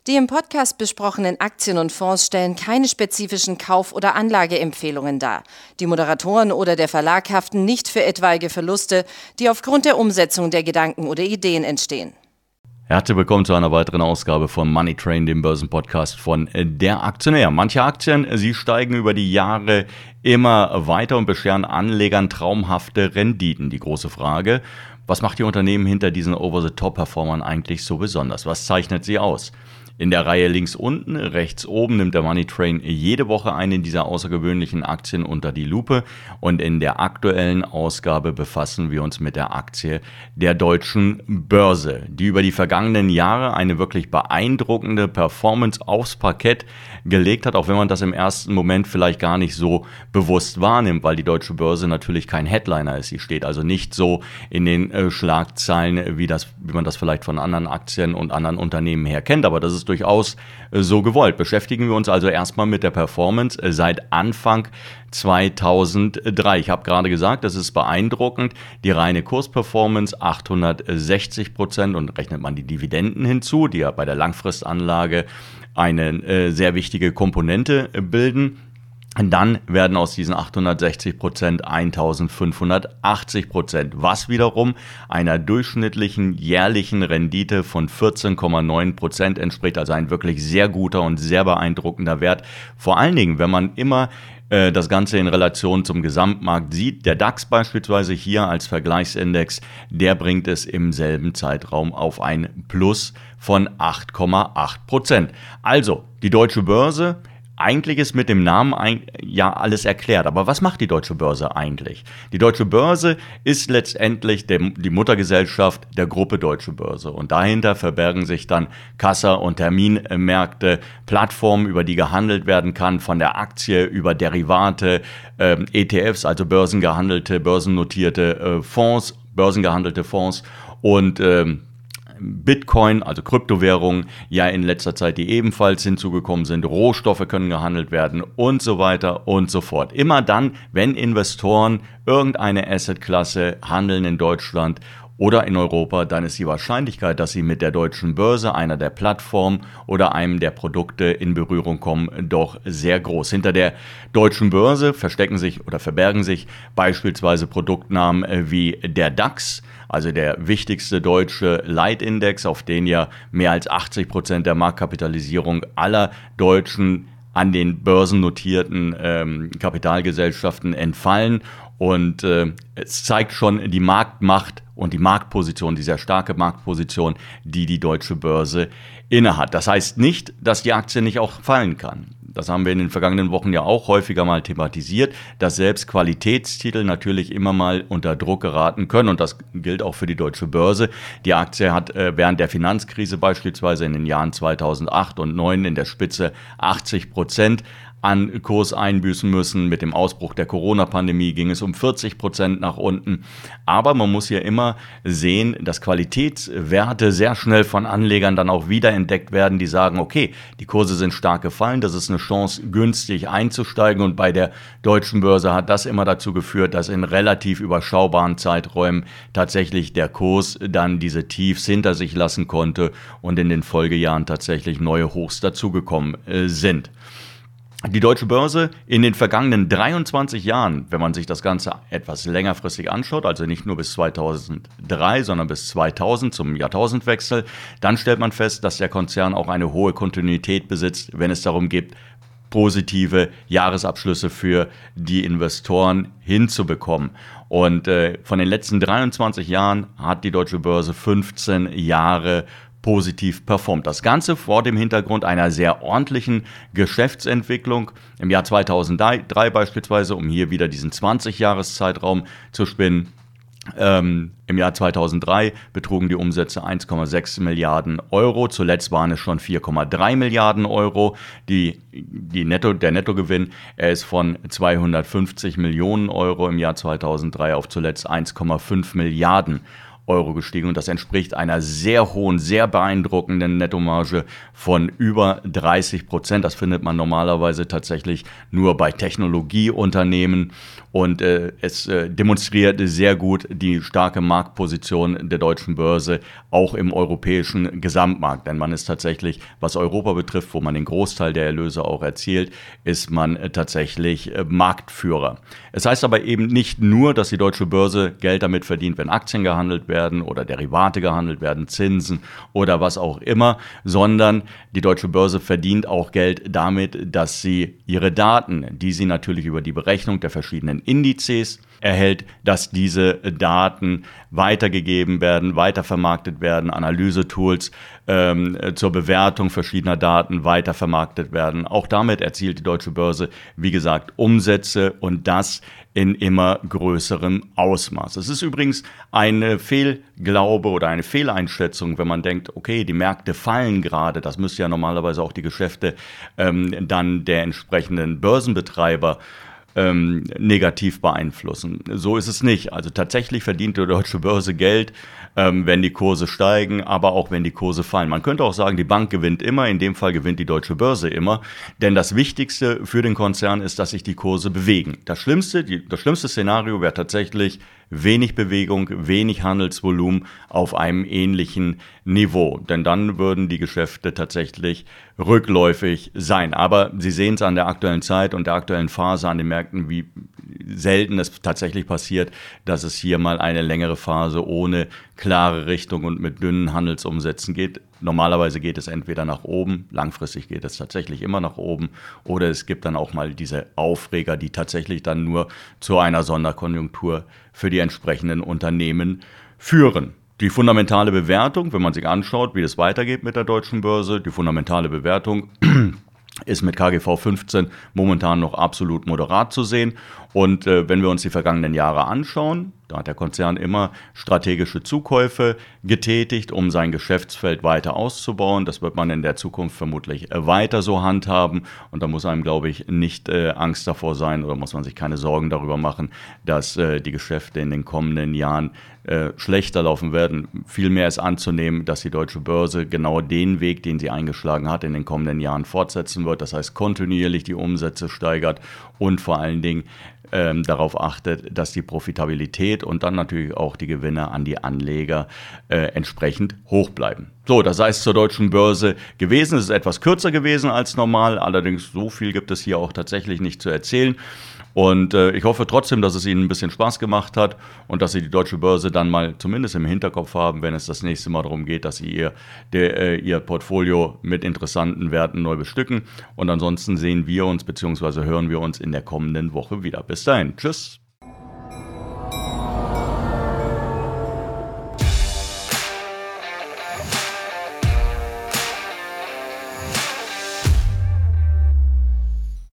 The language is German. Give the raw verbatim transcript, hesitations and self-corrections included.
Die im Podcast besprochenen Aktien und Fonds stellen keine spezifischen Kauf- oder Anlageempfehlungen dar. Die Moderatoren oder der Verlag haften nicht für etwaige Verluste, die aufgrund der Umsetzung der Gedanken oder Ideen entstehen. Herzlich willkommen zu einer weiteren Ausgabe von Money Train, dem Börsenpodcast von Der Aktionär. Manche Aktien, sie steigen über die Jahre immer weiter und bescheren Anlegern traumhafte Renditen. Die große Frage: Was macht die Unternehmen hinter diesen Over-the-Top-Performern eigentlich so besonders? Was zeichnet sie aus? In der Reihe links unten, rechts oben nimmt der Money Train jede Woche eine dieser außergewöhnlichen Aktien unter die Lupe und in der aktuellen Ausgabe befassen wir uns mit der Aktie der Deutschen Börse, die über die vergangenen Jahre eine wirklich beeindruckende Performance aufs Parkett gelegt hat, auch wenn man das im ersten Moment vielleicht gar nicht so bewusst wahrnimmt, weil die Deutsche Börse natürlich kein Headliner ist. Sie steht also nicht so in den äh, Schlagzeilen, wie, das, wie man das vielleicht von anderen Aktien und anderen Unternehmen her kennt, aber das ist durchaus äh, so gewollt. Beschäftigen wir uns also erstmal mit der Performance äh, seit Anfang zweitausenddrei. Ich habe gerade gesagt, das ist beeindruckend. Die reine Kursperformance achthundertsechzig Prozent und rechnet man die Dividenden hinzu, die ja bei der Langfristanlage eine äh, sehr wichtige Komponente äh, bilden. Dann werden aus diesen achthundertsechzig Prozent eintausendfünfhundertachtzig Prozent, was wiederum einer durchschnittlichen jährlichen Rendite von vierzehn Komma neun Prozent entspricht, also ein wirklich sehr guter und sehr beeindruckender Wert. Vor allen Dingen, wenn man immer äh, das Ganze in Relation zum Gesamtmarkt sieht, der DAX beispielsweise hier als Vergleichsindex, der bringt es im selben Zeitraum auf ein Plus von acht Komma acht Prozent. Also, die Deutsche Börse. Eigentlich ist mit dem Namen ein, ja alles erklärt, aber was macht die Deutsche Börse eigentlich? Die Deutsche Börse ist letztendlich der, die Muttergesellschaft der Gruppe Deutsche Börse und dahinter verbergen sich dann Kassa- und Terminmärkte, Plattformen, über die gehandelt werden kann, von der Aktie über Derivate, äh, E T Fs, also börsengehandelte, börsennotierte äh, Fonds, börsengehandelte Fonds und ähm, Bitcoin, also Kryptowährungen, ja in letzter Zeit, die ebenfalls hinzugekommen sind, Rohstoffe können gehandelt werden und so weiter und so fort. Immer dann, wenn Investoren irgendeine Assetklasse handeln in Deutschland oder in Europa, dann ist die Wahrscheinlichkeit, dass sie mit der Deutschen Börse, einer der Plattformen oder einem der Produkte in Berührung kommen, doch sehr groß. Hinter der Deutschen Börse verstecken sich oder verbergen sich beispielsweise Produktnamen wie der DAX, also der wichtigste deutsche Leitindex, auf den ja mehr als achtzig Prozent der Marktkapitalisierung aller deutschen an den börsennotierten ähm, Kapitalgesellschaften entfallen. Und äh, es zeigt schon die Marktmacht und die Marktposition, die sehr starke Marktposition, die die Deutsche Börse innehat. Das heißt nicht, dass die Aktie nicht auch fallen kann. Das haben wir in den vergangenen Wochen ja auch häufiger mal thematisiert, dass selbst Qualitätstitel natürlich immer mal unter Druck geraten können. Und das gilt auch für die Deutsche Börse. Die Aktie hat äh, während der Finanzkrise beispielsweise in den Jahren zweitausendacht und zweitausendneun in der Spitze achtzig Prozent an Kurs einbüßen müssen. Mit dem Ausbruch der Corona-Pandemie ging es um vierzig Prozent nach unten. Aber man muss hier immer sehen, dass Qualitätswerte sehr schnell von Anlegern dann auch wiederentdeckt werden, die sagen, okay, die Kurse sind stark gefallen, das ist eine Chance, günstig einzusteigen. Und bei der Deutschen Börse hat das immer dazu geführt, dass in relativ überschaubaren Zeiträumen tatsächlich der Kurs dann diese Tiefs hinter sich lassen konnte und in den Folgejahren tatsächlich neue Hochs dazugekommen äh, sind. Die Deutsche Börse in den vergangenen dreiundzwanzig Jahren, wenn man sich das Ganze etwas längerfristig anschaut, also nicht nur bis zweitausenddrei, sondern bis zweitausend zum Jahrtausendwechsel, dann stellt man fest, dass der Konzern auch eine hohe Kontinuität besitzt, wenn es darum geht, positive Jahresabschlüsse für die Investoren hinzubekommen. Und äh, von den letzten dreiundzwanzig Jahren hat die Deutsche Börse fünfzehn Jahre positiv performt. Das Ganze vor dem Hintergrund einer sehr ordentlichen Geschäftsentwicklung. Im Jahr zweitausenddrei beispielsweise, um hier wieder diesen zwanzig-Jahres-Zeitraum zu spinnen, Ähm, im Jahr zweitausenddrei betrugen die Umsätze eins Komma sechs Milliarden Euro. Zuletzt waren es schon vier Komma drei Milliarden Euro. Die, die Netto, der Nettogewinn, er ist von zweihundertfünfzig Millionen Euro im Jahr zweitausenddrei auf zuletzt eins Komma fünf Milliarden Euro gestiegen und das entspricht einer sehr hohen, sehr beeindruckenden Nettomarge von über dreißig Prozent. Das findet man normalerweise tatsächlich nur bei Technologieunternehmen und äh, es äh, demonstriert sehr gut die starke Marktposition der deutschen Börse auch im europäischen Gesamtmarkt. Denn man ist tatsächlich, was Europa betrifft, wo man den Großteil der Erlöse auch erzielt, ist man äh, tatsächlich äh, Marktführer. Es heißt aber eben nicht nur, dass die deutsche Börse Geld damit verdient, wenn Aktien gehandelt werden oder Derivate gehandelt werden, Zinsen oder was auch immer, sondern die deutsche Börse verdient auch Geld damit, dass sie ihre Daten, die sie natürlich über die Berechnung der verschiedenen Indizes erhält, dass diese Daten weitergegeben werden, weitervermarktet werden, Analysetools ähm, zur Bewertung verschiedener Daten weitervermarktet werden. Auch damit erzielt die deutsche Börse, wie gesagt, Umsätze und das in immer größerem Ausmaß. Es ist übrigens eine Fehlglaube oder eine Fehleinschätzung, wenn man denkt, okay, die Märkte fallen gerade, das müsste ja normalerweise auch die Geschäfte ähm, dann der entsprechenden Börsenbetreiber Ähm, negativ beeinflussen. So ist es nicht. Also tatsächlich verdient die deutsche Börse Geld, ähm, wenn die Kurse steigen, aber auch wenn die Kurse fallen. Man könnte auch sagen, die Bank gewinnt immer, in dem Fall gewinnt die deutsche Börse immer, denn das Wichtigste für den Konzern ist, dass sich die Kurse bewegen. Das Schlimmste, die, das schlimmste Szenario wäre tatsächlich wenig Bewegung, wenig Handelsvolumen auf einem ähnlichen Niveau. Denn dann würden die Geschäfte tatsächlich rückläufig sein. Aber Sie sehen es an der aktuellen Zeit und der aktuellen Phase an den Märkten, wie selten es tatsächlich passiert, dass es hier mal eine längere Phase ohne klare Richtung und mit dünnen Handelsumsätzen geht. Normalerweise geht es entweder nach oben, langfristig geht es tatsächlich immer nach oben, oder es gibt dann auch mal diese Aufreger, die tatsächlich dann nur zu einer Sonderkonjunktur für die entsprechenden Unternehmen führen. Die fundamentale Bewertung, wenn man sich anschaut, wie das weitergeht mit der deutschen Börse, die fundamentale Bewertung ist mit K G V fünfzehn momentan noch absolut moderat zu sehen. Und äh, wenn wir uns die vergangenen Jahre anschauen, da hat der Konzern immer strategische Zukäufe getätigt, um sein Geschäftsfeld weiter auszubauen. Das wird man in der Zukunft vermutlich äh, weiter so handhaben. Und da muss einem, glaube ich, nicht äh, Angst davor sein oder muss man sich keine Sorgen darüber machen, dass äh, die Geschäfte in den kommenden Jahren äh, schlechter laufen werden. Vielmehr ist anzunehmen, dass die deutsche Börse genau den Weg, den sie eingeschlagen hat, in den kommenden Jahren fortsetzen wird. Das heißt, kontinuierlich die Umsätze steigert und vor allen Dingen ähm, darauf achtet, dass die Profitabilität und dann natürlich auch die Gewinne an die Anleger äh, entsprechend hoch bleiben. So, das sei es zur deutschen Börse gewesen. Es ist etwas kürzer gewesen als normal, allerdings so viel gibt es hier auch tatsächlich nicht zu erzählen. Und äh, ich hoffe trotzdem, dass es Ihnen ein bisschen Spaß gemacht hat und dass Sie die deutsche Börse dann mal zumindest im Hinterkopf haben, wenn es das nächste Mal darum geht, dass Sie Ihr, der, äh, Ihr Portfolio mit interessanten Werten neu bestücken. Und ansonsten sehen wir uns bzw. hören wir uns in der kommenden Woche wieder. Bis dahin. Tschüss.